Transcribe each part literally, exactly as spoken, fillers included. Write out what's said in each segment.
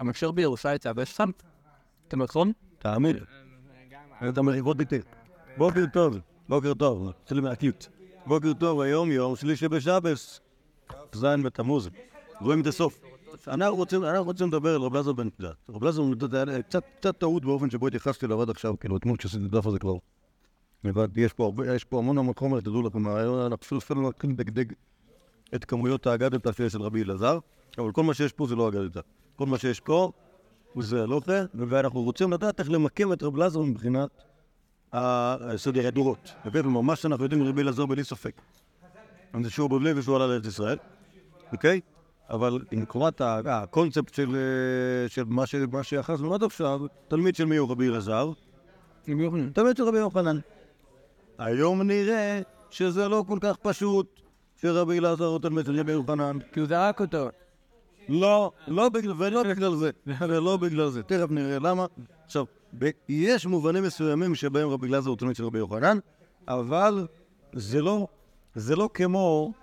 המקשר בירושלית, אבל יש שם, אתם נכון? תאמין. אתה מריבות איתי. בוקר טוב, בוקר טוב, שלי מהקיוט. בוקר טוב, היום יום שלישי בשבס. זין בתמוז. רואים את הסוף. אנחנו רוצים, אנחנו רוצים לדבר על רב אלעזר בן פדת. רב אלעזר בן פדת היה קצת, קצת טעות באופן שבו התייחסתי לעבוד עכשיו, כאילו, אתמול כשעשיתי את הדף הזה כבר. יש פה הרבה, יש פה המון המון חומר, תדעו לכם, אנחנו אפילו נתחיל לדגדג את כמויות האגדתא של רבי אלעזר, אבל כל מה שיש פה זה לא אגדתא. כל מה שיש פה זה הלוכה, ואנחנו רוצים לדעת איך למקם את רב אלעזר מבחינת סדר הדורות. וממש שאנחנו יודעים רבי אלעזר בלי ספק. זה שהוא בבלי ושהוא עלה לארץ ישראל, אוקיי? אבל עם קורת הקונספט של מה שיחסנו עד עכשיו, תלמיד של מי הוא רבי אלעזר? תלמיד של רבי יוחנן. היום נראה שזה לא כל כך פשוט שרבי אלעזר הוא תלמיד של רבי יוחנן. כי הוא זרק אותו. לא, לא בגלל, ולא בגלל זה, ולא בגלל זה. תכף נראה למה. עכשיו, יש מובנים מסוימים שבהם רבי אלעזר הוא תלמיד של רבי יוחנן, אבל זה לא, זה לא כמו...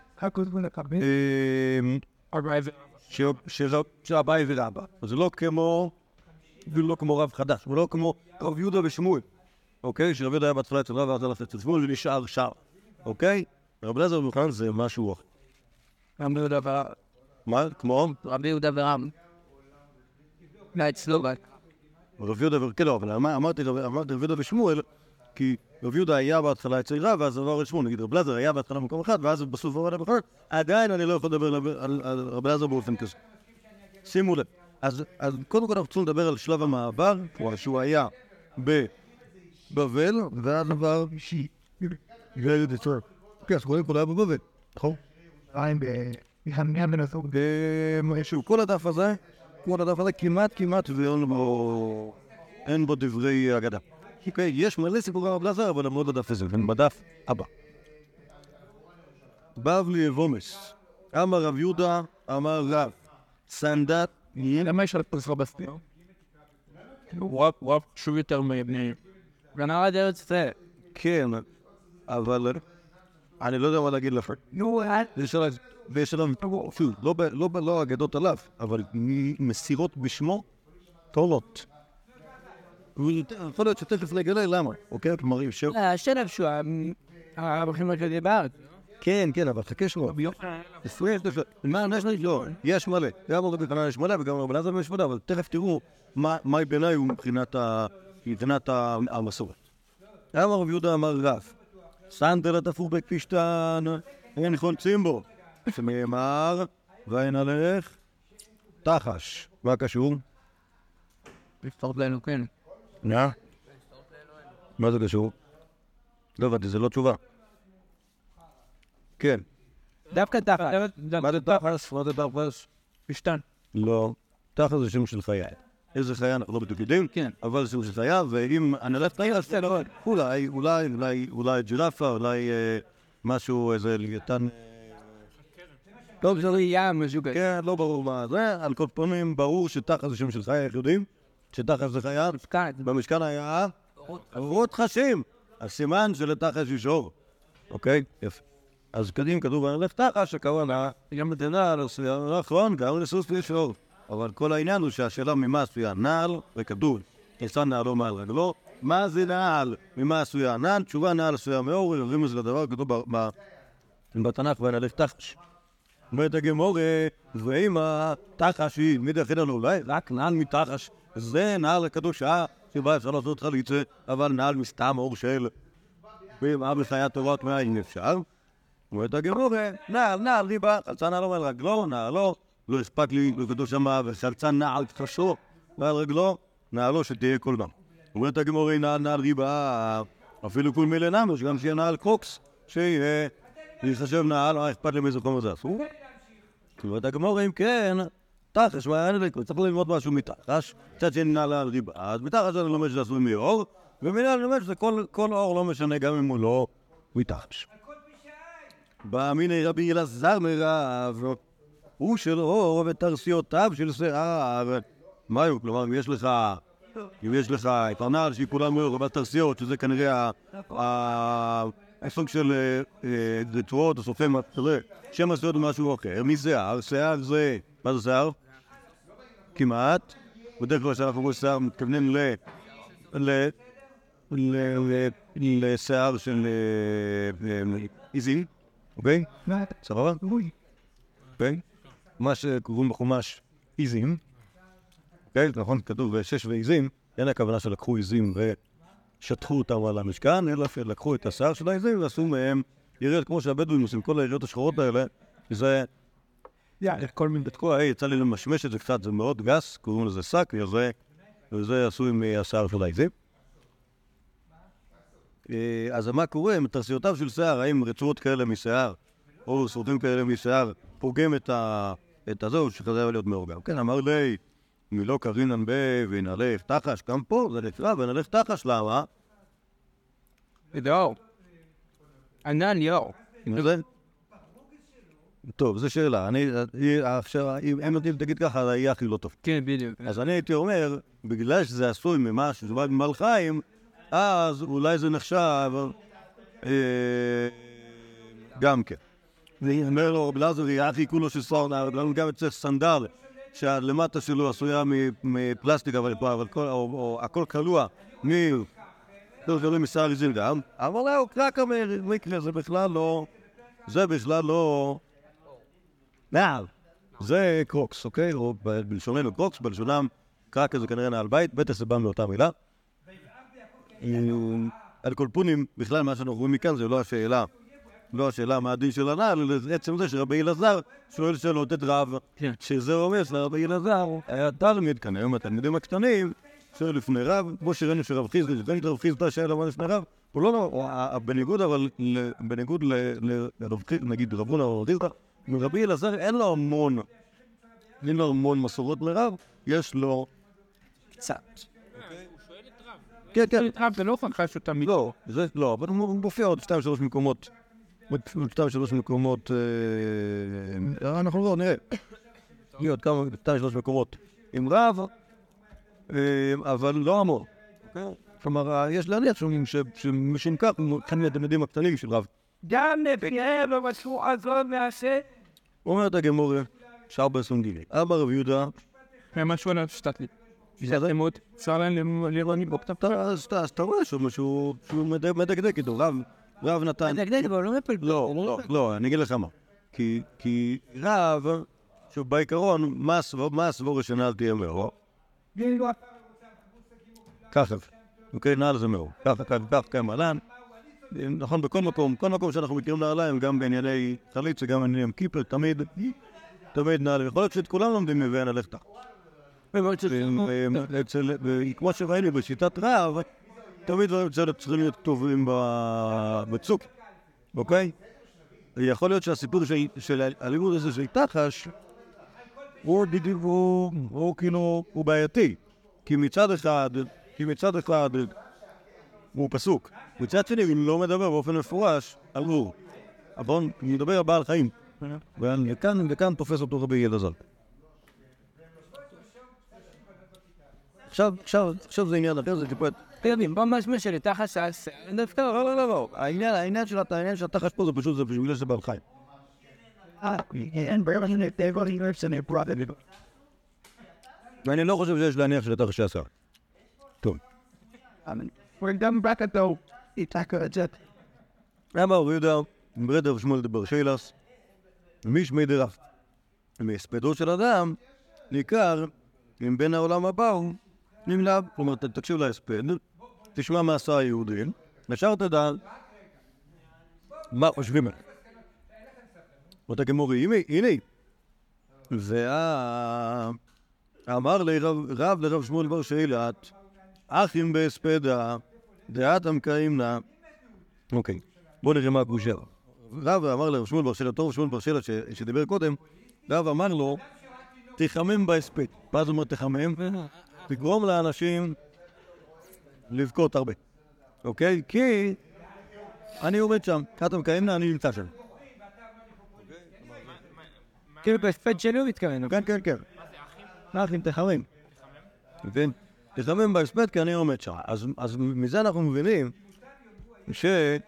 של אביי ורבא. זה לא כמו, ולא כמו רב חדש, ולא כמו רב יהודה ושמואל. אוקיי? שרבי יהודה היה בהתחלה אצל רב ואז הלך אצל שמואל ונשאר שם. אוקיי? רבי אלעזר רבי יוחנן זה משהו אחר. רבי יהודה ורם. מה? כמו? רבי יהודה ורם. לא, אצלו רק. רבי יהודה ורם, כן, אבל אמרתי רבי יהודה ושמואל, כי רבי יהודה היה בהתחלה אצל רב ואז עבר לשמואל. נגיד רבי אלעזר היה בהתחלה במקום אחד ואז בסוף עבר לבחור. עדיין אני לא יכול לדבר על רבי אלעזר באופן כזה. שימו לב. אז קודם כל אנחנו צריכים לדבר על שלב המעבר, שהוא היה בבבל, ואז עבר אישי. כן, אז קודם כל היה בבבל, נכון? שוב, כל הדף הזה, כל הדף הזה כמעט כמעט ואין בו דברי אגדה. אוקיי, יש מלא סיפורי רבי אלעזר, אבל הם לא בדף הזה, הם בדף הבא. בבלי אבומס, אמר רב יהודה, אמר רב, סנדט, למה יש על פרסר בסתיר? הוא רב חשוב יותר מבני. ונראה עד ארץ ישראל. כן, אבל אני לא יודע מה להגיד לך. נו, ויש עליו, שוב, לא אגדות עליו, אבל מסירות בשמו, תולות. יכול להיות שתכף נגלה למה, אוקיי? כלומר, יושב... השלב שהוא הרב המרכזי בארץ. כן, כן, אבל חכה שלו. מה, לא, יש מלא. גם רבי יוחנן יש מלא וגם רבי אלעזר יש מלא, אבל תכף תראו מה בעיניי הוא מבחינת המסורת. אמר רבי יהודה אמר רב, סנדל התפור בפשתן, אין חולצים בו. שנאמר, ואין הלך, תחש. מה קשור? לפתור לנו, כן. נה? מה זה קשור? לא הבנתי, זה לא תשובה. כן. דווקא תחת. מה זה תחס? מה זה תחס? פשתן. לא. תחס זה שם של חיה. איזה חיה אנחנו לא בדיוק יודעים, אבל זה שם של חיה, ואם הנהלת חיה, אז אולי, אולי, אולי, אולי ג'ירפה, אולי משהו, איזה לוויתן... טוב, זה ראייה, משהו כזה. כן, לא ברור מה זה. על כל פנים, ברור שתחס זה שם של חיה, איך יודעים? שתחס זה חיה? במשכן היה אורות חשים. הסימן שלתחס יש אור. אוקיי? יפה. אז קדים כתוב, אני הולך תחש, הכוונה, גם מדינה, נכון, גם לסוס יש אור. אבל כל העניין הוא שהשאלה ממה עשויה נעל, וכתוב, יצא נעלו מעל רגלו, מה זה נעל? ממה עשויה נעל? תשובה נעל עשויה מאור, יורדים לזה לדבר, כתוב בתנ"ך, ואני הולך תחש. אומרת הגמורה, ואם התחש היא, מי דחד לנו, אולי רק נעל מתחש, זה נעל הקדושה, שבה אפשר לעשות חליצה, אבל נעל מסתם אור של... ואם אבא חיה תורת מהאם אפשר, אומרת הגמורה, נעל, נעל, ריבה, חלצה נעל מעל רגלו, נעלו, לא הספק לי, לא כתוב שמה, וחלצה נעל חשו מעל רגלו, נעלו שתהיה כל דם. אומרת הגמורה, נעל, נעל, ריבה, אפילו כל מילי נעל, שגם שיהיה נעל קוקס, שיהיה, יחשב נעל, מה אכפת לי מאיזה חומר זה אסור? אומרת הגמורה, אם כן, תחש, מה אין לי, צריך ללמוד משהו מתחש, קצת שאין נעל על ריבה, אז מתחש אני לומד שזה עשוי מאור, ומילה אני לומד שזה כל אור לא משנה גם אם הוא לא מתחש. באמיני רבי אלעזר מרב, הוא של אור ותרסיותיו של שיער. מה הוא? כלומר, אם יש לך, אם יש לך את הנעל שהיא כולה מאור בתרסיות, שזה כנראה הסוג של רצועות או סופי מצרה, שם עשויות משהו אחר, משיער, שיער זה, מה זה שיער? כמעט בדרך כלל כשאנחנו אומרים שיער מתכוונים לשיער של עיזים, אוקיי? סבבה? אוקיי? מה שקוראים בחומש עיזים, אוקיי? נכון, כתוב שש ועיזים, אין הכוונה שלקחו עיזים ושטחו אותם על המשכן, אלא שלקחו את השיער של העיזים ועשו מהם יריות כמו שהבדואים עושים, כל היריות השחורות האלה, זה... כל מיני... יצא לי למשמש את זה קצת, זה מאוד גס, קוראים לזה שק, וזה עשוי מהשיער של העיזים. אז מה קורה עם תרסיותיו של שיער, האם רצועות כאלה משיער, או סרטים כאלה משיער, פוגם את הזו שחזר להיות מאורגן. כן, אמר לי, מלא קרינן בי ונלך תחש, גם פה זה נקרא, ונלך תחש, למה? ידעו. ענן יאו. טוב, זו שאלה. אני, עכשיו, אם נותנים תגיד ככה, זה יהיה הכי לא טוב. כן, בדיוק. אז אני הייתי אומר, בגלל שזה עשוי ממשהו שבא ממעל חיים, אז אולי זה נחשב גם כן. ואומר לו, רב אלעזר, יחי כולו של סורנה, אבל גם צריך סנדל, שהלמטה שלו עשויה מפלסטיק, אבל הכל קלוע, משיער עיזים גם, אבל לא, רק המקרה, זה בכלל לא, זה בכלל לא, נעל, זה קרוקס, אוקיי? או בלשוננו קרוקס, בלשונם קרקע זה כנראה נעל בית, בטח זה בא מאותה מילה. על כל פונים, בכלל מה שאנחנו רואים מכאן זה לא השאלה, לא השאלה מה הדין של הנעל, אלא עצם זה שרבי אלעזר שואל שאלות את רב, שזה אומר שלרבי אלעזר היה תלמיד, כאן היום התלמידים הקטנים, שואל לפני רב, בו שראינו שרב חיסדא, שתמיד רב חיסדא שאלה מה לפני רב, הוא לא, בניגוד אבל, בניגוד לרב חיסדא, נגיד רב הונא או רב חיסדא, מרבי אלעזר אין לו המון, אין לו המון מסורות לרב, יש לו קצת. כן, כן. זה לא חכש אותה מי. לא, זה לא, אבל הוא מופיע עוד שתיים שלוש מקומות. עוד שתיים שלוש מקומות... אנחנו לא, נראה. יהיה עוד כמה, שתיים שלוש מקומות עם רב, אבל לא המון. כלומר, יש להניח שמשום כך, כאן התלמידים הקטנים של רב. גם נפגע במשהו הזאת מעשה. הוא אומר את הגמורה, שער בעשרים גילי. אבא רב יהודה... משהו על השתת לי. אפשר להם לראות מבוקטם. אז אתה רואה שהוא מדקדק איתו, רב נתן... מדקדק, אבל לא מפל... לא, לא, לא, אני אגיד לך מה. כי רב, שהוא בעיקרון, מה הסבור שנעל תהיה מאור? ככה, אוקיי, נעל זה מאור. ככה, ככה, ככה, מלן. נכון, בכל מקום, כל מקום שאנחנו מכירים נעליים, גם בענייני חליץ וגם בענייני קיפר, תמיד, תמיד נעליים. יכול להיות שאת כולם לומדים מבין הלכתה. כמו שראינו בשיטת רב, תמיד דברים צריכים להיות כתובים בצוק, אוקיי? יכול להיות שהסיפור של הלימוד הזה של תחש הוא כאילו, הוא בעייתי, כי מצד אחד, כי מצד אחד הוא פסוק, מצד שני הוא לא מדבר באופן מפורש על אור, אבל הוא מדבר על בעל חיים, וכאן תופס אותו רבי אלעזר. עכשיו, עכשיו, עכשיו זה עניין אחר, זה טיפה... תרבים, בוא משמע שלתחש העשה, דווקא לא, לא, לא, לא. העניין, העניין של העניין של התחש פה זה פשוט, זה פשוט בגלל שזה בעל חיים. ואני לא חושב שיש להניח של התחש העשה. טוב. וגם ברקתו, יתקע את זה. אמר רב יהודה, ברדר שמואל דבר שילס, משמי דרב. מהספדו של אדם, ניכר, אם בין העולם הבא הוא נמלב. כלומר, תקשיב להספד, תשמע מה עשה היהודים, נשאר תדע מה חושבים עליו. אותה כמורי, הנה, ואמר רב לרב שמואל בר שאילת, אחים בהספדה, דעת המקיימנה. אוקיי, בואו נראה מה הקושר. רב אמר לרב שמואל בר שאילת, רב שמואל בר שאילת שדיבר קודם, רב אמר לו, תחמם בהספד. מה זאת אומרת תחמם? תגרום לאנשים לבכות הרבה. אוקיי? כי אני עומד שם, אתה מקיימנה, אני נמצא שם. כאילו בהספד שלי הוא מתכוון. כן, כן, כן. מה אחים תחמם? מבין? תחמם בהספד כי אני עומד שם. אז מזה אנחנו מבינים ש...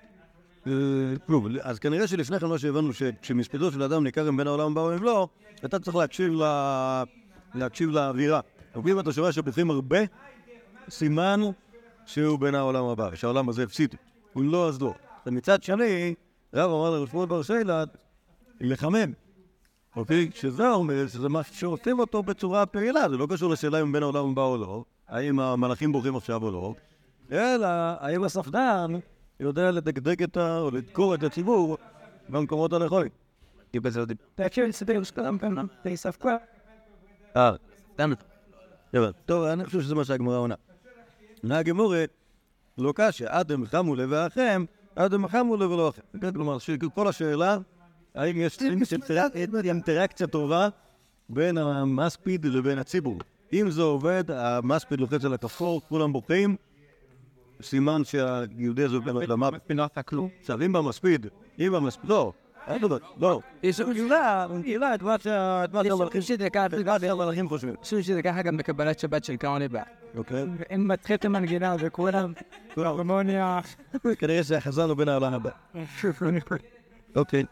אז כנראה שלפני כן מה שהבנו שמספדו של אדם ניכר אם בין העולם הבא או אם לא, אתה צריך להקשיב להקשיב לאווירה אם אתה שומע שבוכים הרבה, סימן שהוא בין העולם הבא, שהעולם הזה הפסיד. הוא לא אז לא. ומצד שני, רב אמר לרב שמואל בר שילת, לחמם. אוקיי? שזה אומר שזה משהו שעושים אותו בצורה פעילה, זה לא קשור לשאלה אם בין העולם הבא או לא, האם המלאכים בוכים עכשיו או לא, אלא האם הספדן יודע לדקדק את ה... או לדקור את הציבור במקומות הנכונים. כי בזה יודעים. תקשיב, לסדר שקדם פעם, תאסף כבר. אה, סתם. טוב, אני חושב שזה מה שהגמרא עונה. הגמורה לא קשה, אדם חמו לבאכם, אדם חמו לבלא אחם. כלומר, כל השאלה, האם יש אינטראקציה טובה בין המספיד לבין הציבור. אם זה עובד, המספיד לוחץ על הכפור, כולם בוכים, סימן שהיהודי הזה עובד למוות. פינת הכלום. עכשיו, אם במספיד, אם במספיד, לא, אין דבר, לא. יש שאלה, שאלה, את מה שהמלאכים חושבים. חושב שזה ככה גם בקבלת שבת של קרון לבא. אוקיי. אם מתחיל את המנגינה וכולם הרמוניה. כנראה שהחזרנו בין העולם הבא. אוקיי.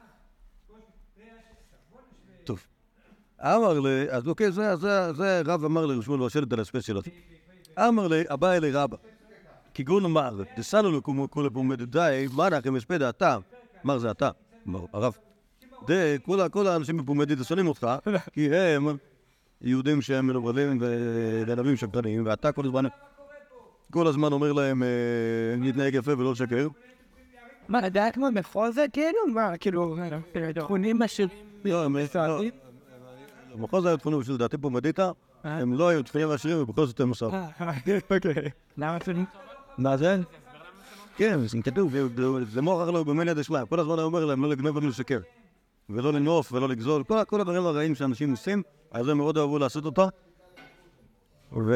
טוב. אמר לי, אז אוקיי, זה רב אמר לי, רשמו לו השלט על הספייס שלו. אמר לי, הבא אלי רבא. כגון אמר, דסלו לו כל הפומד די, מה לכם הספד הטעם? אמר זה הטעם. אמר, הרב. די, כל האנשים בפומדית שונאים אותך, כי הם יהודים שהם מלוברלים ונבים שקרנים, ואתה כל הזמן, כל הזמן אומר להם להתנהג יפה ולא לשקר. מה, לדעת כמו בכל זה, כאילו? מה, כאילו, תכונים משהו... לא, הם מסערים. בכל זה היו תכונים של דעתי פומדיתה, הם לא היו תכונים עשירים ובכל זאת הם מסערים. אוקיי. למה תכונים? מה זה? כן, זה כתוב, זה מוכר לו במיליה דשלם. כל הזמן הוא אומר להם לא לגנוב ולא לשקר. ולא לנוף ולא לגזול. כל הדברים הרעים שאנשים עושים, אז הם מאוד אהבו לעשות אותה. ו...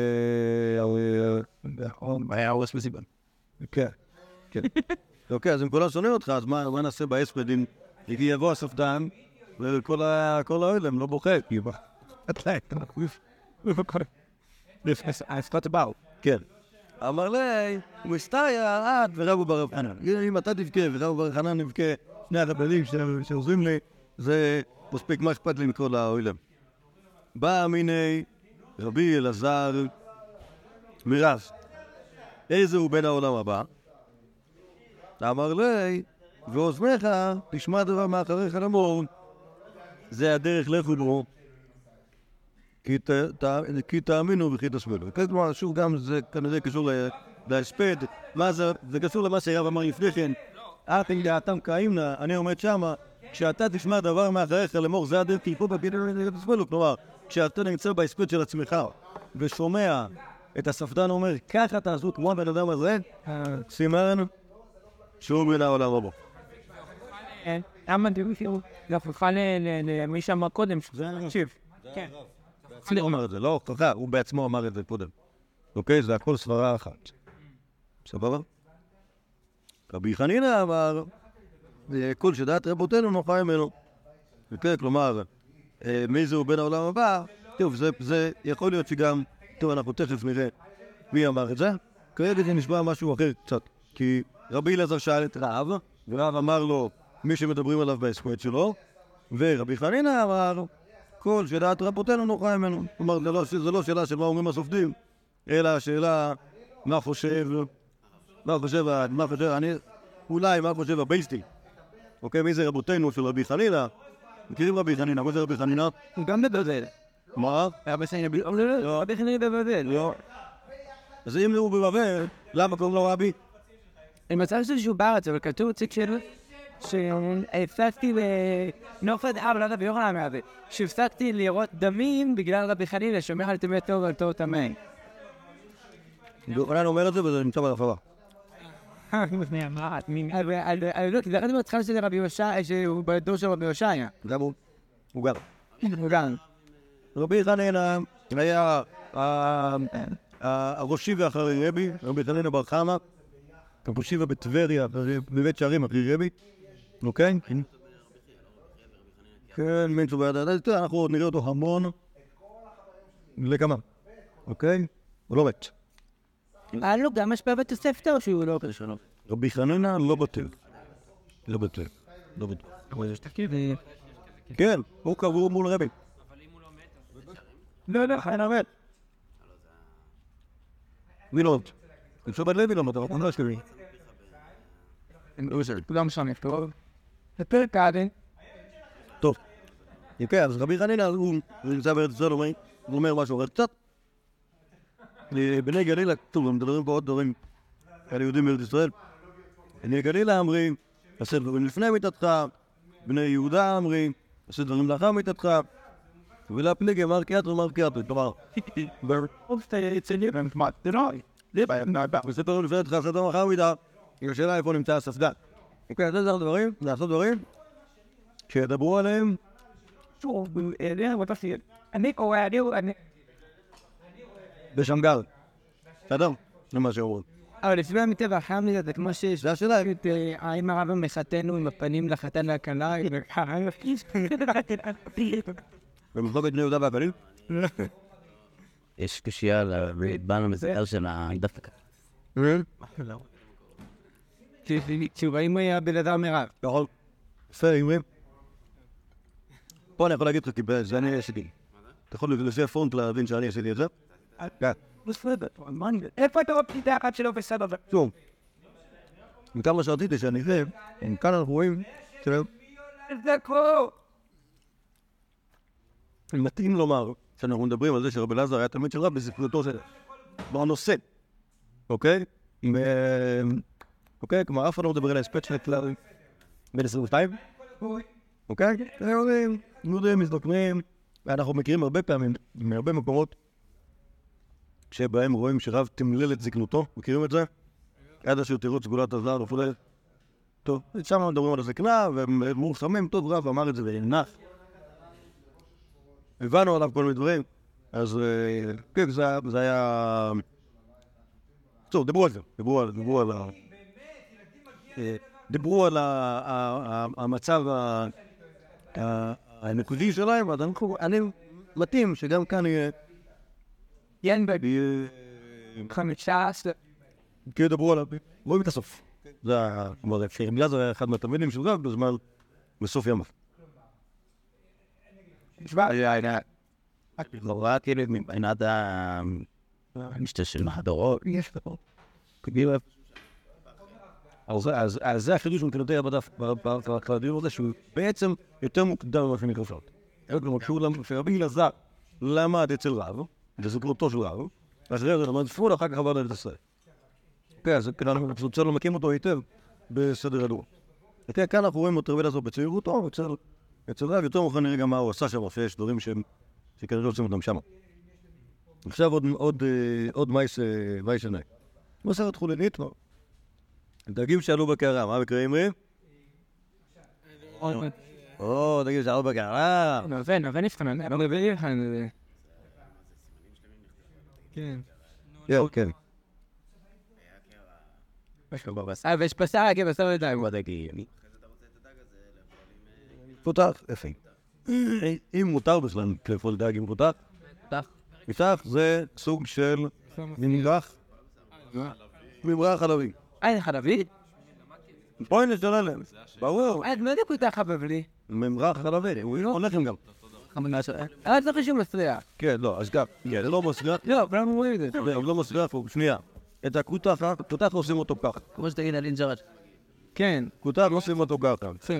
היה הורס בסיבן. כן, כן. אוקיי, אז אם כולם שונאים אותך, אז מה נעשה בהספד אם יבוא הספדן, וכל האוהלם לא בוכה, כי בא. ההספד באו. כן. אמר לי, הוא הסתיה, את ורבו ברב חנן. אם אתה תבכה ורבו ברב חנן נבכה, שני הרבנים שעוזרים לי, זה מספיק מה אכפת לי מכל האוהלם. בא מיני רבי אלעזר מרז. איזה הוא בן העולם הבא? אמר לי, ואוזניך תשמע דבר מאחריך למור. זה הדרך לכו בו, כי תאמינו וכי תסבלו. כלומר, שוב גם זה כנראה קשור להספד. מה זה? זה קשור למה שהרב אמר לפני כן. אתם דעתם כאימנה, אני עומד שמה, כשאתה תשמע דבר מאחריך למור, זה הדרך כי פה בפיתר וכי תסבלו. כלומר, כשאתה נמצא בהספד של עצמך ושומע את הספדן אומר, ככה תעשו כמו הבן אדם הזה, סימן שהוא בין העולם הבא. למה תראו, זה הפכה למי שאמר קודם, שזה נקשיב. כן. הוא אמר את זה, לא ככה, הוא בעצמו אמר את זה קודם. אוקיי, זה הכל סברה אחת. סבבה? רבי חנינא אמר, כל שדעת רבותינו נוחה ממנו. אוקיי, כלומר, מי זה הוא בין העולם הבא? טוב, זה יכול להיות שגם, טוב, אנחנו תכף נראה מי אמר את זה. כרגע זה נשמע משהו אחר קצת, כי רבי אלעזר שאל את רב, ורב אמר לו מי שמדברים עליו בהספד שלו, ורבי חנינא אמר, כל שדעת רבותינו נוחה ממנו. כלומר, זה לא, זה לא שאלה של מה אומרים הסופדים, אלא השאלה מה חושב, מה חושב, מה חושב, אני, אולי מה חושב הבייסטי. אוקיי, מי זה רבותינו של רבי חנינא? מכירים רבי חנינא, מה זה רבי חנינא? הוא גם בבבל. מה? רבי חנינא, לא, רבי חנינא בבבל. לא. אז אם הוא בבבל, למה קוראים לו רבי? אני מצא שהוא בארץ, אבל כתוב ציק שלו, שהפסקתי לנופד אב, לא רבי יוחנן מהזה, שהפסקתי לראות דמים בגלל רבי חנינא, שומר על תמי טוב ועל טוב תמי. יוחנן אומר את זה וזה נמצא בהפרה. אני לא, כי זה אחת מהצחק של רבי יושע, שהוא בדור של רבי יושעיה. גם הוא. הוא גר. הוא גר. רבי חנינא היה הראשי ואחרי רבי, רבי חנינא בר חמא, הראשי בטבריה, בבית שערים אחרי רבי. אוקיי? כן, מינצו בידעת. אנחנו עוד נראה אותו המון לכמה. אוקיי? הוא לא מת. היה לו גם משפע בתוספתא או שהוא לא קשור? רבי חנינא לא בטל. לא בטל. לא בטל. אבל יש תפקיד. כן, הוא קבור מול רבי. לא, לא, חנינא מת. וילונות. אפשר בלב וילונות, אבל לא אשכבי. לא משנה, טוב. זה קאדן. טוב. יפה, אז רבי חנינא, הוא נמצא בארץ ישראל, הוא אומר משהו אחר קצת. בני גלילה, טוב, הם מדברים פה עוד דברים על יהודים בארץ ישראל. בני גלילה אומרים, עשה דברים לפני מיתתך, בני יהודה אומרים, עשה דברים לאחר מיתתך, ולפליגי אמר קיאטו, אמר קיאטו, כלומר, בספר לפני מיתתך, עשה דברים לאחר מיתה, השאלה איפה נמצא הספדן. אוקיי, אז זה דברים, לעשות דברים, שידברו עליהם, שוב, אני קורא, אני... בשמגר. בסדר? זה מה שאומרים. אבל לפעמים מטבע אחר מזה, זה כמו שיש... זה השאלה. האם הרב מחתנו עם הפנים לחתן והכלה? במחלוקת בני יהודה והגליל? יש קשייה לבעל המזכר של הדווקא. תשובה אם היה בן אדם מרב. נכון. בסדר, אומרים. פה אני יכול להגיד לך, כי זה אני עשיתי. אתה יכול לפי הפונט להבין שאני עשיתי את זה? כן. בסדר, איפה אתה רואה פליטה אחת שלא בסדר? שום. מכמה שרציתי שאני אראה, כאן אנחנו רואים, תראה, זה כמו... מתאים לומר שאנחנו מדברים על זה שרבי אלעזר היה תלמיד של רב בספרותו של בנושא, אוקיי? אוקיי? כלומר, אף אחד לא מדבר על ההספד של הכלל בין עשרים ושתיים, אוקיי? יודעים, יודעים, מזדקנים, ואנחנו מכירים הרבה פעמים, מהרבה מקומות, שבהם רואים שרב תמלל את זקנותו, מכירים את זה? עד אשר תראו את סגולת הזר וכולי. טוב, שם מדברים על הזקנה, ומורסמים, טוב, רב אמר את זה ונח. הבנו עליו כל מיני דברים, אז כן, זה היה... טוב, דיברו על זה, דיברו על... דיברו על ה... דיברו על המצב הנקודי שלהם, אז אני מתאים שגם כאן יהיה... ינבג. חמישה עשרה. כי ידברו עליו, רואים את הסוף. זה היה... כלומר, בגלל זה היה אחד מהתלמידים של רב בזמן בסוף ימיו. תשמע, זה היה... לא ראה כאילו מבחינת המשתה של מהדורות. יש פה. אז זה החידוש מבחינתי בדף, בדיון הזה, שהוא בעצם יותר מוקדם ממה שנקראות. כלומר, כשרבי אלעזר למד אצל רב, לזכרותו של רב, אחרי זה למד ספול, אחר כך עבד על ישראל. כן, אז אנחנו פשוט לא מקים אותו היטב בסדר הדור. כן, כאן אנחנו רואים אותו רבי אלעזר בצעירותו, אצל רב יותר מאוחר נראה גם מה הוא עשה שם, שיש דברים שכנראה עושים אותם שם. עכשיו עוד מייס עיניי. מסרת חולנית, דגים שעלו בקערה, מה בקרה אמרי? או, דגים שעלו בקערה. נובן, נובן נבחן, אבל נובן נבחן. כן. כן. אה, ויש בשר, כן, בשר לדג. פותח, יפה. אם מותר בכלל לאכול דג עם פותח, פותח זה סוג של ממרח, ממרח חלבי. אה, חלבי? בואי נשאלה להם, ברור. אה, מה זה פותח חלבי? ממרח חלבי, הוא הולך עם גם. אה, זה חשוב מסריח. כן, לא, אז גם, כן, לא מסריח. לא, כולם אומרים את זה. הוא לא מסריח, שנייה. את הכותח, כותח עושים אותו ככה. כמו שתגיד על אינג'רד. כן. כותח עושים אותו ככה. כן.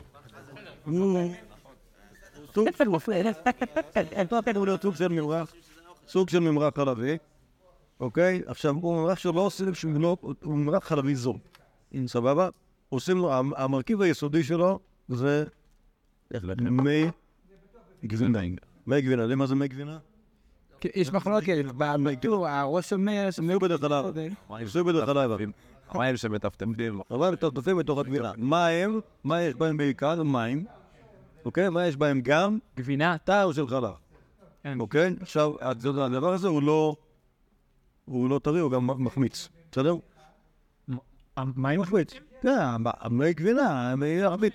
סוג של מפריע. סוג של ממרח, סוג של ממרח חלבי, אוקיי? עכשיו, הוא ממרח שלא עושים שהוא ממרח חלבי זול. סבבה? עושים לו, המרכיב היסודי שלו זה מי גבינה. מי גבינה, למה זה מי גבינה? יש מחלוקת, במקור, הראש אומר... נהיו בדרך כלל, נהיו בדרך כלל. המים שמטפטפים. המים מטפטפים בתוך הגבינה. מה הם? מה יש בהם בעיקר? מים. אוקיי? מה יש בהם גם? גבינה. טעם של חלב. אוקיי? עכשיו, הדבר הזה הוא לא... הוא לא טרי, הוא גם מחמיץ. בסדר? מים מחמיץ? כן, מי גבינה, מי מחמיץ.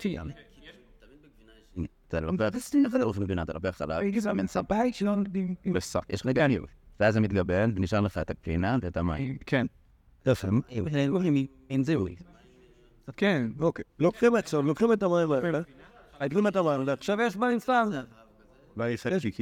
אתה לא בערך בגבינה, אתה לא בערך חלב. זה מנסבאי שלא נגדים. בסדר, יש לך גבינה. ואז זה מתגבן, ונשאר לך את הגבינה ואת המים. כן. יפה. אין זהו. כן. אוקיי. לוקחים את זה, לוקחים את המים האלה. לוקחים את המים האלה. עכשיו יש מים סתם.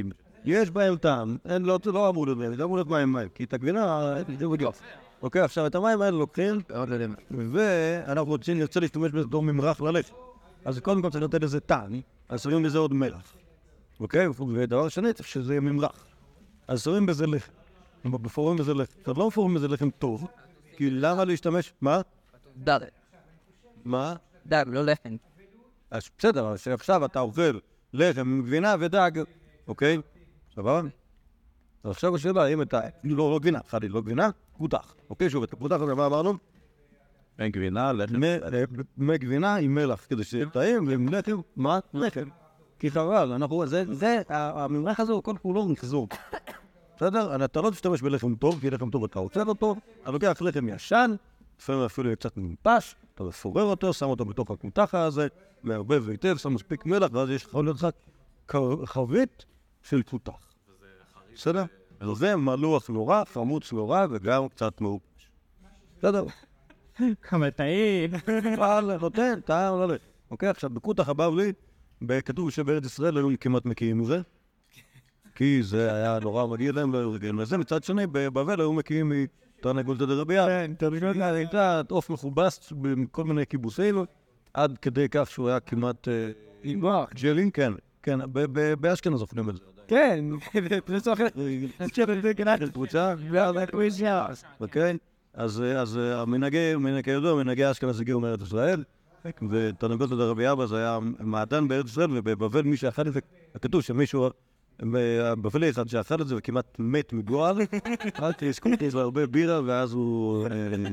יש בהם טעם, לא אמור להיות מים, זה אמור להיות מים מים, כי את הגבינה, זה בדיוק. אוקיי, עכשיו את המים האלה לוקחים, ואנחנו רוצים, נרצה להשתמש בזה בתור ממרח ללחם. אז קודם כל צריך לתת לזה טעם, אז שמים בזה עוד מלח. אוקיי? ודבר שני, צריך שזה יהיה ממרח. אז שמים בזה לחם. מפורים בזה לחם. עכשיו לא מפורים בזה לחם טוב, כי למה להשתמש? מה? דג. מה? דג, לא לחם. אז בסדר, אז עכשיו אתה אוכל לחם עם גבינה ודג, אוקיי? סבבה? אז עכשיו השאלה, האם אתה... לא, לא גבינה, חדי, לא גבינה, פותח. אוקיי, שוב, את הפותח הזה, מה אמרנו? אין גבינה, לחם. מי גבינה עם מלח, כדי שיהיה טעים, ועם לחם, מה? לחם. כי חבל, אנחנו... זה, הממרח הזה הוא כל כולו מחזור. בסדר? אתה לא תשתמש בלחם טוב, כי לחם טוב אתה רוצה אותו, אתה לוקח לחם ישן, לפעמים אפילו קצת מנפש, אתה מפורר אותו, שם אותו בתוך הקמטחה הזה, מערבב היטב, שם מספיק מלח, ואז יש יכול להיות לך חבית של פותח. בסדר? זה מלוח נורא, חמוץ נורא, וגם קצת מעופש. בסדר? כמה טעים. אבל נותן, טעם ללך. אוקיי, עכשיו, בקותח הבבלי, כתוב שבארץ ישראל היו כמעט מקיאים מזה, כי זה היה נורא מגיע להם, לא היו רגילים לזה. מצד שני, בבבל היו מקיאים מתרנגולתא דרביה. כן, תרנגולתא. הייתה עוף מכובס בכל מיני קיבוצים, עד כדי כך שהוא היה כמעט... אימוח. ג'לין, כן. כן, באשכנז אוכלים את זה. כן, זה אוכל... קבוצה. אוקיי? אז המנהגי, כידוע, מנהגי אשכנז הגיעו מארץ ישראל, ותרנגולתא דרבי אבא זה היה מעדן בארץ ישראל, ובבבל מי שאכל את זה, כתוב שמישהו, בבלי אחד שאכל את זה וכמעט מת מגועל, אל תסקוטי, יש לו הרבה בירה, ואז הוא...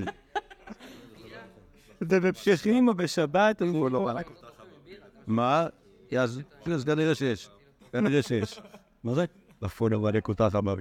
זה בפשחים או בשבת? מה? אז כנראה שיש, כנראה שיש. מה זה? לפון אבל יקותח אמר.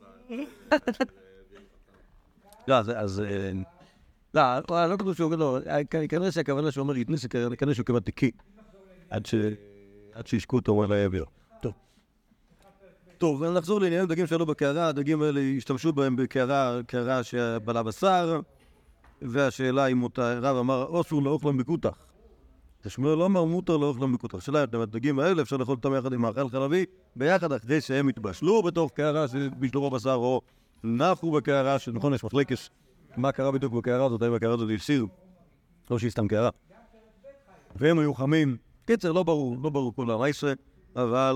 לא, אז... לא, לא כתוב שהוא גדול, כנראה שהכוונה שאומר יתניס, כנראה שהוא כמעט תקי, עד שישקו אותו על האוויר. טוב. טוב, נחזור לעניין דגים שעלו בקערה, הדגים האלה השתמשו בהם בקערה שבלה בשר, והשאלה היא מותר, רב אמר, אסור לאוכלם בקותח. תשמעו, לא אמר מותר לאוכלם בקותח. השאלה, את הדגים האלה אפשר לאכול אותם יחד עם מאכל חלבי, ביחד אחרי שהם התבשלו בתוך קערה שבשלו בשר, או נחו בקערה, שנכון, יש מחלקס. מה קרה בדיוק בקערה הזאת? האם הקערה הזאת היא סיר? לא שהיא סתם קערה. והם היו חמים. קיצר, לא ברור, לא ברור כל המייסה, אבל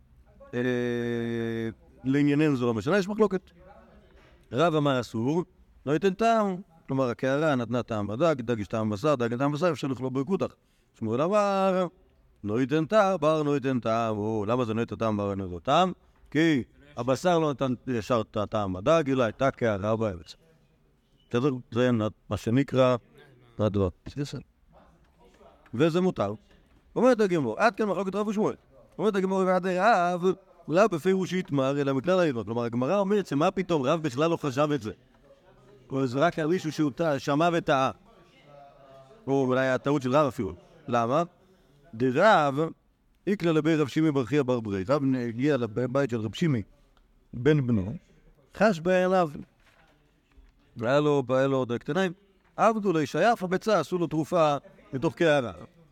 לענייננו זה לא משנה, יש מחלוקת. רב אמר אסור, לא ייתן טעם. כלומר, הקערה נתנה טעם בדג, דג יש טעם בשר, דג טעם בשר, אפשר לכלוא בקותח. שמואל אמר, לא ייתן טעם, בר לא ייתן טעם. למה זה לא ייתן טעם, בר לא ייתן טעם? כי הבשר לא נתן ישר את הטעם בדג, אלא הייתה קערה בארץ. בסדר? זה מה שנקרא הדבר. וזה מותר. אומרת הגמור, עד כאן מחלוקת רב ושמואל. אומרת הגמור, ועד רב, רב בפירוש יתמר, אלא מכלל העילות. כלומר, הגמרא אומרת שמה פתאום, רב בכלל לא חשב את זה. או זה רק מישהו שהוא שמע וטעה. או אולי הטעות של רב אפילו. למה? דרב, איקלה לבי רב שימי ברכיה בר ברי. רב הגיע לבית של רב שימי, בן בנו, חש בעיניו. והיה לו, היה לו עוד קטניים, עבדו לישייף הביצה, עשו לו תרופה מתוך קערה.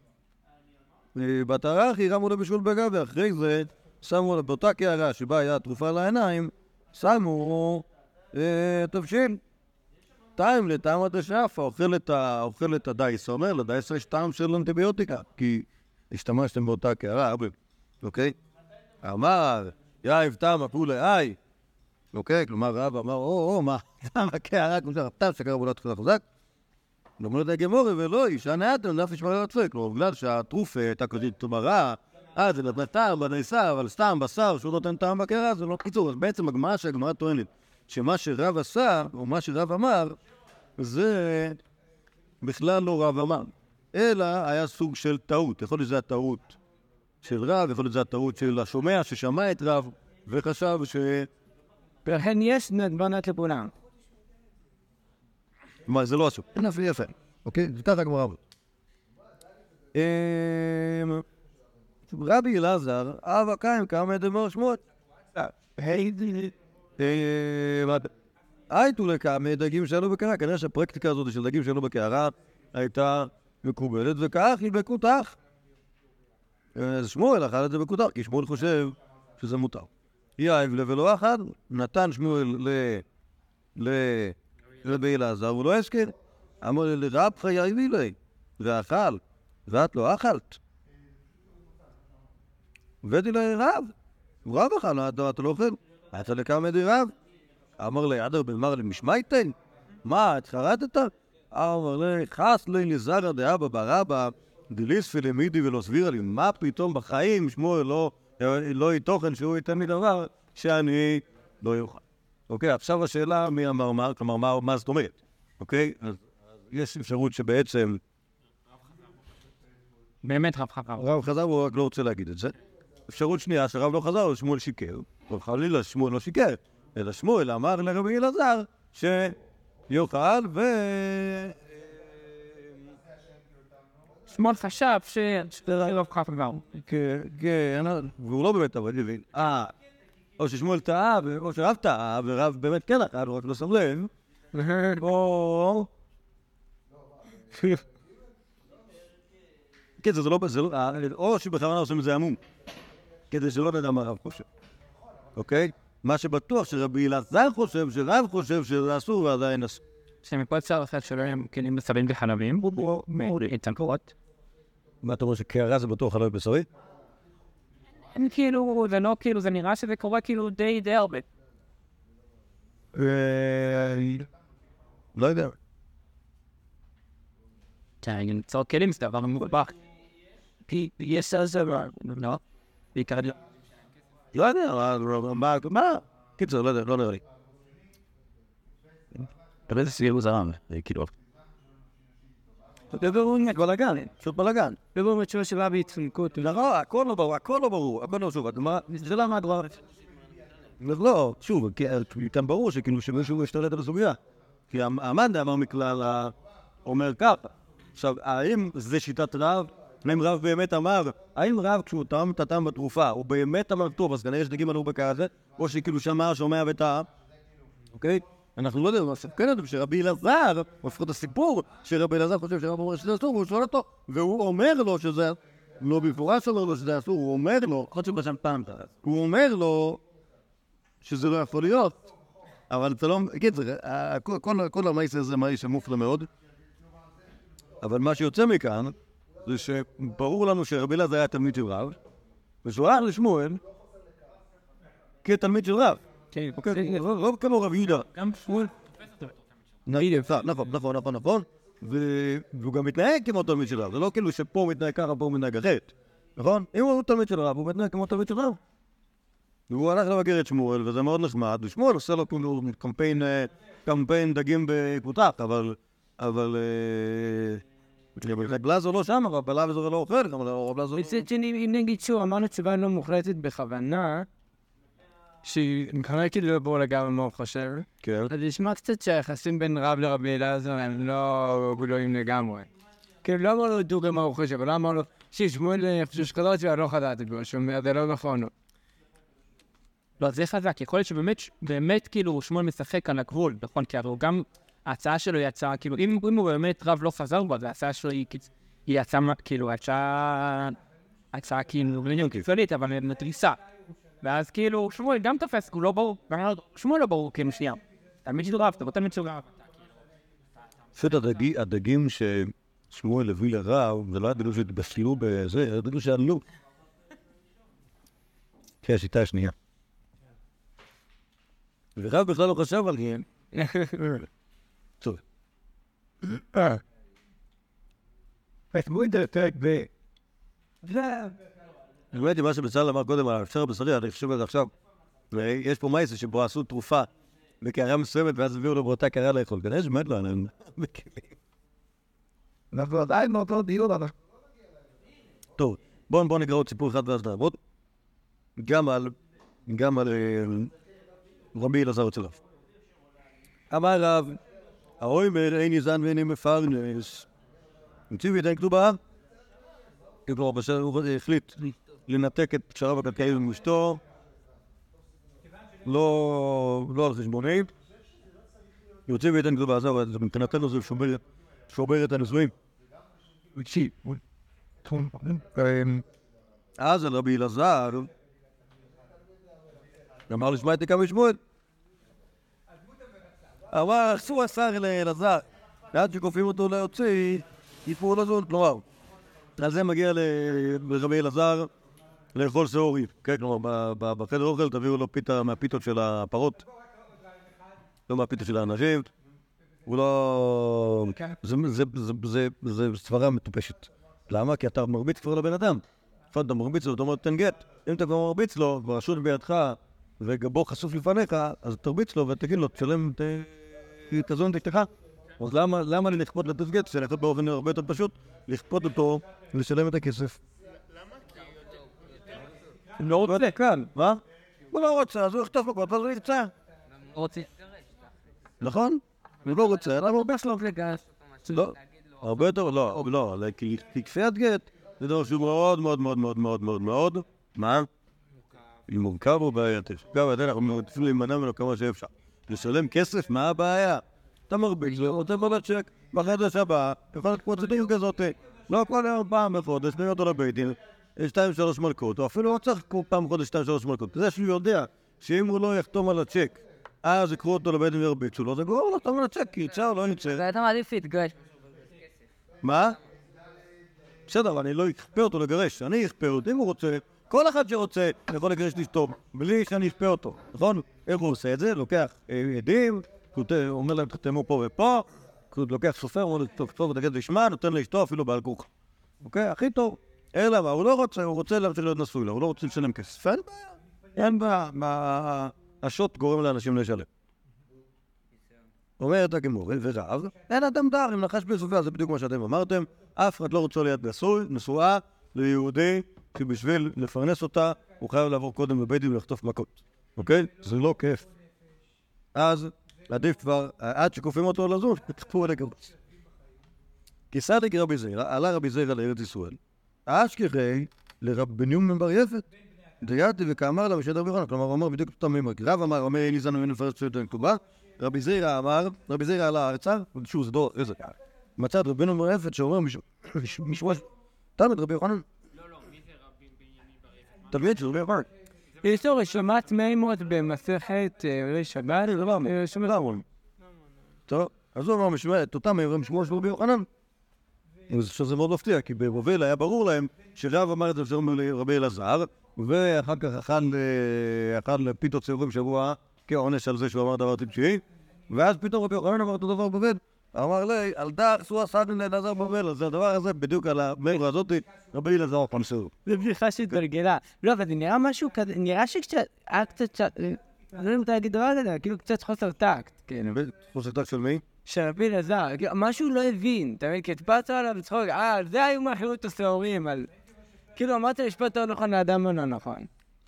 בתארחי רמו לו בשול בגב, ואחרי זה שמו לו באותה קערה שבה היה תרופה לעיניים, שמו תבשיל. טעם לטעם התשאפה, אוכל את הדייס, אומר, לדייס יש טעם של אנטיביוטיקה, כי השתמשתם באותה קערה, אוקיי? אמר, יאיב טעם הפעולה, איי, אוקיי, כלומר רב אמר, או, או, מה, טעם הקערה, כמו שהרפתיו שקרה בולת חזק חזק, נאמר את הגמורי ולא, אישה נעתם, נפש שמרה רצוי, כלומר, בגלל שהתרופה הייתה כזאת תומרה, אה, זה נתנה טעם בדייסה, אבל סתם בשר שהוא נותן טעם בקערה, זה לא קיצור, אז בעצם הגמרא שהגמרא טוענת, שמה שרב עשה, או מה שרב אמר, זה בכלל לא רב אמר, אלא היה סוג של טעות, יכול להיות שזה הטעות של רב, יכול להיות שזה הטעות של השומע ששמע את רב, וחשב ש... ולכן יש נדבנת לפעולה. מה, זה לא עשו. יפה, יפה. אוקיי? זה ככה הגמרא. רבי אלעזר, אב הקיים כמה דמר שמות. הייתו לכמה דגים שעלו בקערה. כנראה שהפרקטיקה הזאת של דגים שעלו בקערה הייתה מקובלת, וכך היא בקותח. אז שמואל אכל את זה בקותח, כי שמואל חושב שזה מותר. יאהב לו ולא אכל, נתן שמואל לרבי אלעזר, הוא לא הסכים. אמר לי, לרבך יאהבי לי, ואכל, ואת לא אכלת. הבאתי לי רב, רב אכל, אתה לא אוכל. הייתה לכמה מדי רב. אמר לי, עדר במר למשמייתן? מה, התחרטת? אמר לי, חס לי לזרע דאבא ברבא, דליספי למידי ולא סבירה לי, מה פתאום בחיים שמואל לא, לא יתוכן שהוא ייתן לי דבר שאני לא יוכל. אוקיי, עכשיו השאלה מי אמר מה, כלומר מה, מה זאת אומרת? אוקיי, אז יש אפשרות שבעצם... באמת רב חזר. רב חזר, הוא רק לא רוצה להגיד את זה. אפשרות שנייה שרב לא חזר, שמואל שיקר. חלילה שמואל לא שיקר, אלא שמואל אמר לרבי אלעזר שיוכל ו... שמואל חשב שרב חזר. כן, והוא לא באמת אבל הבין. אה, או ששמואל טעה, או שרב טעה, ורב באמת כן אכל, הוא רק לא שם לב. או... כן, זה לא... או שבכוונה עושים את זה עמום. כדי שלא נדע מה רב חושב. אוקיי? מה שבטוח שרבי אלעזר חושב, שרב חושב שזה אסור ועדיין אסור. שמפה אפשר לחשב שלא הם כלים בשרים וחלבים, או התנקות. מה אתה אומר שקערה זה בטוח חלב בשרי? כאילו, זה לא כאילו, זה נראה שזה קורה כאילו די די הרבה. לא יודע. תראה, למצוא כלים זה דבר מובח. כי יש על זה דבר, לא? בעיקר... לא יודע, מה? מה? קיצור, לא יודע, לא נראה לי. אבל איזה סביב הוא זרם, כאילו. בברורים בלגן, פשוט בלגן. בברורים תשובה שבא בהתחמקות. לא, הכל לא ברור, הכל לא ברור. הכל לא שוב, זה לא מעט רב. לא, שוב, כאן ברור שכאילו שמישהו השתלט על הסוגיה. כי המאן דאמר מכלל אומר ככה. עכשיו, האם זה שיטת רב? האם רב באמת אמר, האם רב כשהוא טעם את הטעם בתרופה, הוא באמת אמר טוב, אז כנראה יש דגים עלו בכזה, או שכאילו שמע, שומע וטעם, אוקיי? אנחנו לא יודעים, אבל כן יודעים שרבי אלעזר, או לפחות הסיפור, שרבי אלעזר חושב שרב אומר שזה אסור, והוא שואל אותו, והוא אומר לו שזה, לא במפורש אומר לו שזה אסור, הוא אומר לו, יכול שהוא בשם פעם, הוא אומר לו שזה לא יכול להיות, אבל אתה לא, קיצר, כל המייס הזה מייס מופלא מאוד, אבל מה שיוצא מכאן, זה שברור לנו שרבי אלעזר היה תלמיד של רב, ושהוא הלך לשמואל כתלמיד של רב. לא כמו רב יהודה. גם שמואל. נכון, נכון, נכון, נכון. והוא גם מתנהג כמו תלמיד של רב. זה לא כאילו שפה מתנהג ככה, פה מתנהג אחרת. נכון? אם הוא תלמיד של רב, הוא מתנהג כמו תלמיד של רב. והוא הלך לבקר את שמואל, וזה מאוד נחמד. ושמואל עושה לו כאילו קמפיין דגים בקבוצה, אבל... אבל... בלעזר לא שם, אבל בלעזר לא אוכל, אבל בלעזר... מצד שני, אם נגיד שהוא אמרנו תשובה לא מוחלטת בכוונה, שמכנה כאילו לא ברור לגמרי מה הוא חושב, אז נשמע קצת שהיחסים בין רב לרבי אלעזר הם לא גדולים לגמרי. כאילו לא אמר לו דוגה מה הוא חושב, אבל לא אמר לו, שמואל חושב שחזרתי ואני לא חזרתי בו, שאומר, זה לא נכון. לא, זה חזק, יכול להיות שבאמת, באמת כאילו שמואל משחק על הגבול, נכון, כי הרי גם ההצעה שלו היא הצעה, כאילו, אם הוא באמת רב לא חזר בו, אז ההצעה שלו היא הצעה, כאילו, הצעה, הצעה כאילו, לא קיצונית, אבל נתריסה. ואז כאילו, שמואל גם תופס, הוא לא ברור, שמואל לא ברור, כאילו, שנייה. תלמיד של רב, אתה לא תלמיד של רב. פשוט הדגים ששמואל הביא לרב, זה לא היה בגלל שהתבשלו בזה, זה בגלל שעלו. כן, השיטה השנייה. ורב בכלל לא חשב על כן. טוב. פתמו את הפרק ב... באמת, מה שבצלאל אמר קודם על האפשר הבשרי, אני חושב על זה עכשיו. יש פה מייסה שבו עשו תרופה בקערה מסוימת, ואז הביאו לו באותה קערה לאכול. כנראה שבאמת לא עליהם בכלים. אנחנו עדיין מאותו דיון עליו. טוב, בואו נקרא עוד סיפור אחד ואז נעבוד. גם על... גם על... רבי אלעזר אצל רב. אמר רב, האומר אין יזן ואין מפרנס. נציב ידן כתובה, כלומר, בשביל הוא החליט לנתק את קשריו הכלכליים עם אשתו, לא על חשבוני. יוצא ויתן כתובה, אז מבחינתנו זה שובר את הנישואים. אז על רבי אלעזר, אמר לשמע את עיקר משמואל. אמר, אסור השר לאלעזר, ועד שכופים אותו להוציא, יפרו לזון, כלומר. על זה מגיע לרבי אלעזר לאכול שעורים. כן, כלומר, בחדר אוכל תביאו לו פיתה מהפיתות של הפרות, לא מהפיתות של האנשים. הוא לא... זה סברה מטופשת. למה? כי אתה מרביץ כבר לבן אדם. לפעמים אתה מרביץ לו, אתה אומר, תן גט. אם אתה כבר מרביץ לו, והרשות בידך, וגבו חשוף לפניך, אז תרביץ לו ותגיד לו, תשלם, תזון את אשתך. אז למה, למה לי לכפות לתת גט? זה לכפות באופן הרבה יותר פשוט, לכפות אותו ולשלם את הכסף. הוא לא רוצה כאן. מה? הוא לא רוצה, אז הוא יכתוב לו כבר, אז הוא ירצה. הוא רוצה. נכון? הוא לא רוצה, למה הוא בס לו לגש. לא, הרבה יותר, לא, לא, כי כפיית גט זה דבר שהוא מאוד מאוד מאוד מאוד מאוד מאוד מאוד, מה? היא מורכב או בעייתי? גם אנחנו צריכים להימנע ממנו כמה שאפשר. לשלם כסף, מה הבעיה? אתה מרביץ, רוצה בלת צ'ק, בחדש הבא, יכול להיות כמו ציטור כזאת, לא כל היום פעם בחודש, נראה אותו לבית דין, שתיים שלוש מלכות, או אפילו לא צריך פעם בחודש שתיים שלוש מלכות. זה שהוא יודע שאם הוא לא יחתום על הצ'ק, אז יקחו אותו לבית דין וירביצו לו, זה גורר לו, תום על הצ'ק, כי יצא או לא יצא. ואתה מעדיף להתגרש. מה? בסדר, אני לא אכפה אותו לגרש, אני אכפה אותו, אם הוא רוצה, כל אחד שרוצה יכול לגרש לאשתו, בלי שאני אכפה אותו, נכון? איך הוא עושה את זה? לוקח עדים, אומר להם תחתמו פה ופה, לוקח סופר, אומר לו ותגד לשמה, נותן לאשתו אפילו בעל כוך. אוקיי? הכי טוב. אלא מה, הוא לא רוצה, הוא רוצה להמשיך להיות נשוי לו, הוא לא רוצה לשלם כסף. אין בעיה. אין בעיה. השוט גורם לאנשים לשלם. אומרת הגמורה, ורב, אין אדם דר, אם נחש בסופיה, זה בדיוק מה שאתם אמרתם, אף אחד לא רוצה להיות נשוי, נשואה ליהודי, שבשביל לפרנס אותה, הוא חייב לעבור קודם בבית דין ולחטוף מכות. אוקיי? זה לא כיף. אז עדיף כבר, עד שכופים אותו לזון, תכפו עלי גרבס. כי סדיק רבי זירא, עלה רבי זירא לארץ ישראל, אשכחי לרב בנימין בר יפת, דייתי וכאמר לה משדר ביוחנן, כלומר הוא אמר בדיוק אותה מימר, כי רב אמר, אומר אין איזנו אין לפרץ שיותר כתובה, רבי זירא אמר, רבי זירא עלה הארצה, שוב זה דור, איזה, מצא את רב בנימין בר יפת שאומר משמש, תלמיד רבי יוחנן. לא, לא, מי זה רבי בנימין בר יפת? תלמיד של רבי יוחנן. יש לו רשימת מימות במסכת שבת, שומע רבון. טוב, אז הוא אמר את אותם מימרים שמו של רבי יוחנן. שזה מאוד מפתיע, כי בבבל היה ברור להם שרב אמר את זה לרבי אלעזר, ואחר כך אכל פיתות צהובים שבוע כעונש על זה שהוא אמר דבר טיפשי, ואז פתאום רבי יוחנן אמר אותו דבר בבבל. אמר לי, על דרך שהוא עשה לאלעזר בבבל, אז הדבר הזה בדיוק על המאמרה הזאת, רבי אלעזר פנסור. זה בדיחה שהתגלגלה. לא, אבל זה נראה משהו כזה, נראה שקצת, היה קצת, אני לא יודע אם אתה להגיד דבר כזה, כאילו קצת חוסר טקט. חוסר טקט של מי? של רבי אלעזר, משהו לא הבין, אתה מבין? כי התפעת עליו בצחוק, אה, על זה היו מאכילו את השעורים, על... כאילו אמרת לשפט לא נכון לאדם לא נכון.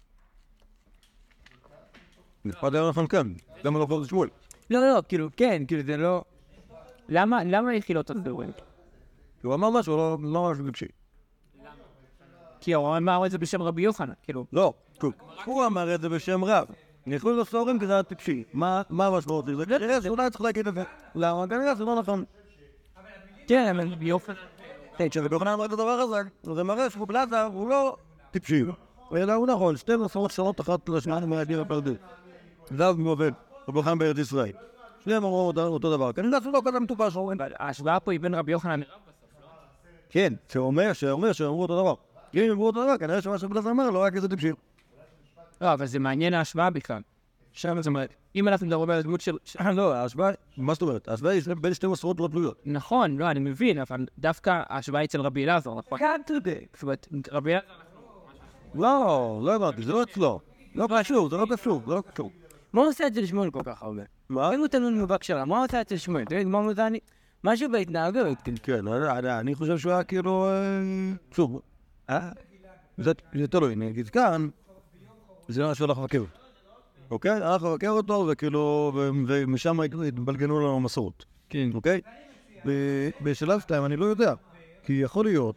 נתפעת לא נכון כאן, למה לא פרט שמואל? לא, לא, כאילו, כן, כאילו זה לא... למה, למה הכילו את השעורים? כי הוא אמר משהו, לא אמר משהו טיפשי. כי הוא אמר את זה בשם רבי יוחנן, כאילו... לא, הוא אמר את זה בשם רב. נכנסו לסעורים כזה טיפשי. מה המשמעות לזה? כנראה שאולי צריך להגיד את זה. למה? כנראה זה לא נכון. כן, אבל יוחנן... כשרבי יוחנן אמר את הדבר הזה, זה מראה שרבי אלעזר הוא לא טיפשי. אלא הוא נכון, שתי מסורות שונות אחת לשניים מהדין הפרדין. זב מבבל, רבי יוחנן בארץ ישראל. שניהם אמרו אותו דבר. כנראה זה לא כזה מטופש. ההשוואה פה היא בין רבי יוחנן לרב בסוף, לא? כן, שאומר, שאומר, שאמרו אותו דבר. אם הם אמרו אותו דבר, כנראה שמה שרבי אלעזר אמר לא היה כזה טיפשי. לא, אבל זה מעניין ההשוואה בכלל. שם זאת אומרת, אם אנחנו מדברים על הדמות של... לא, ההשוואה, מה זאת אומרת? ההשוואה היא בין שתי מסורות לא תלויות. נכון, לא, אני מבין, אבל דווקא ההשוואה היא אצל רבי אלעזר, נכון? כאן תודה. זאת אומרת, רבי אלעזר... לא, לא הבנתי, זה לא אצלו. לא קשור, זה לא קשור, זה לא קשור. מה הוא עושה אצל שמואל כל כך הרבה? מה? אם הוא תלוי מבק שלה, מה הוא עושה אצל שמואל? תגיד, מה הוא עושה אני? משהו בהתנהגות. כן, אני חושב שהוא היה כאילו... שוב, זה תלוי, אני אגיד כאן, זה משהו הלך לבקר. אוקיי? הלך לבקר אותו, וכאילו, ומשם התבלגנו לנו מסורות. כן. אוקיי? בשלב שתיים אני לא יודע, כי יכול להיות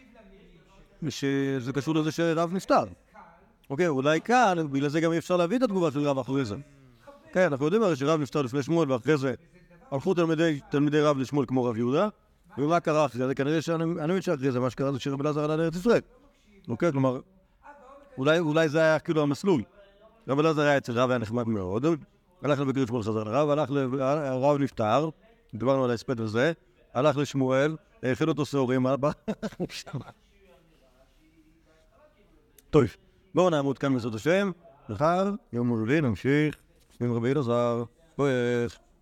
שזה קשור לזה שרב נפטר. אוקיי, אולי כאן, בגלל זה גם אי אפשר להביא את התגובה של רב אחרי זה. כן, אנחנו יודעים הרי שרב נפטר לפני שמואל, ואחרי זה הלכו תלמידי רב לשמואל כמו רב יהודה, ומה קרה אחרי זה? כנראה שאני מבין שאחרי זה, מה שקרה זה שרבי אלעזר עלה לארץ ישראל. אוקיי, כלומר, אולי זה היה כאילו המסלול. רב אלעזר היה אצל רב, היה נחמד מאוד, הלך לבקר שמואל חזר לרב, הלך ל... הרב נפטר, דיברנו על ההספד הזה, הלך לשמואל, האכיל אותו שעורים, טוב, בואו נעמוד כאן בעזרת השם, מחר, יום רביעי, נמשיך עם רבי אלעזר, בואי.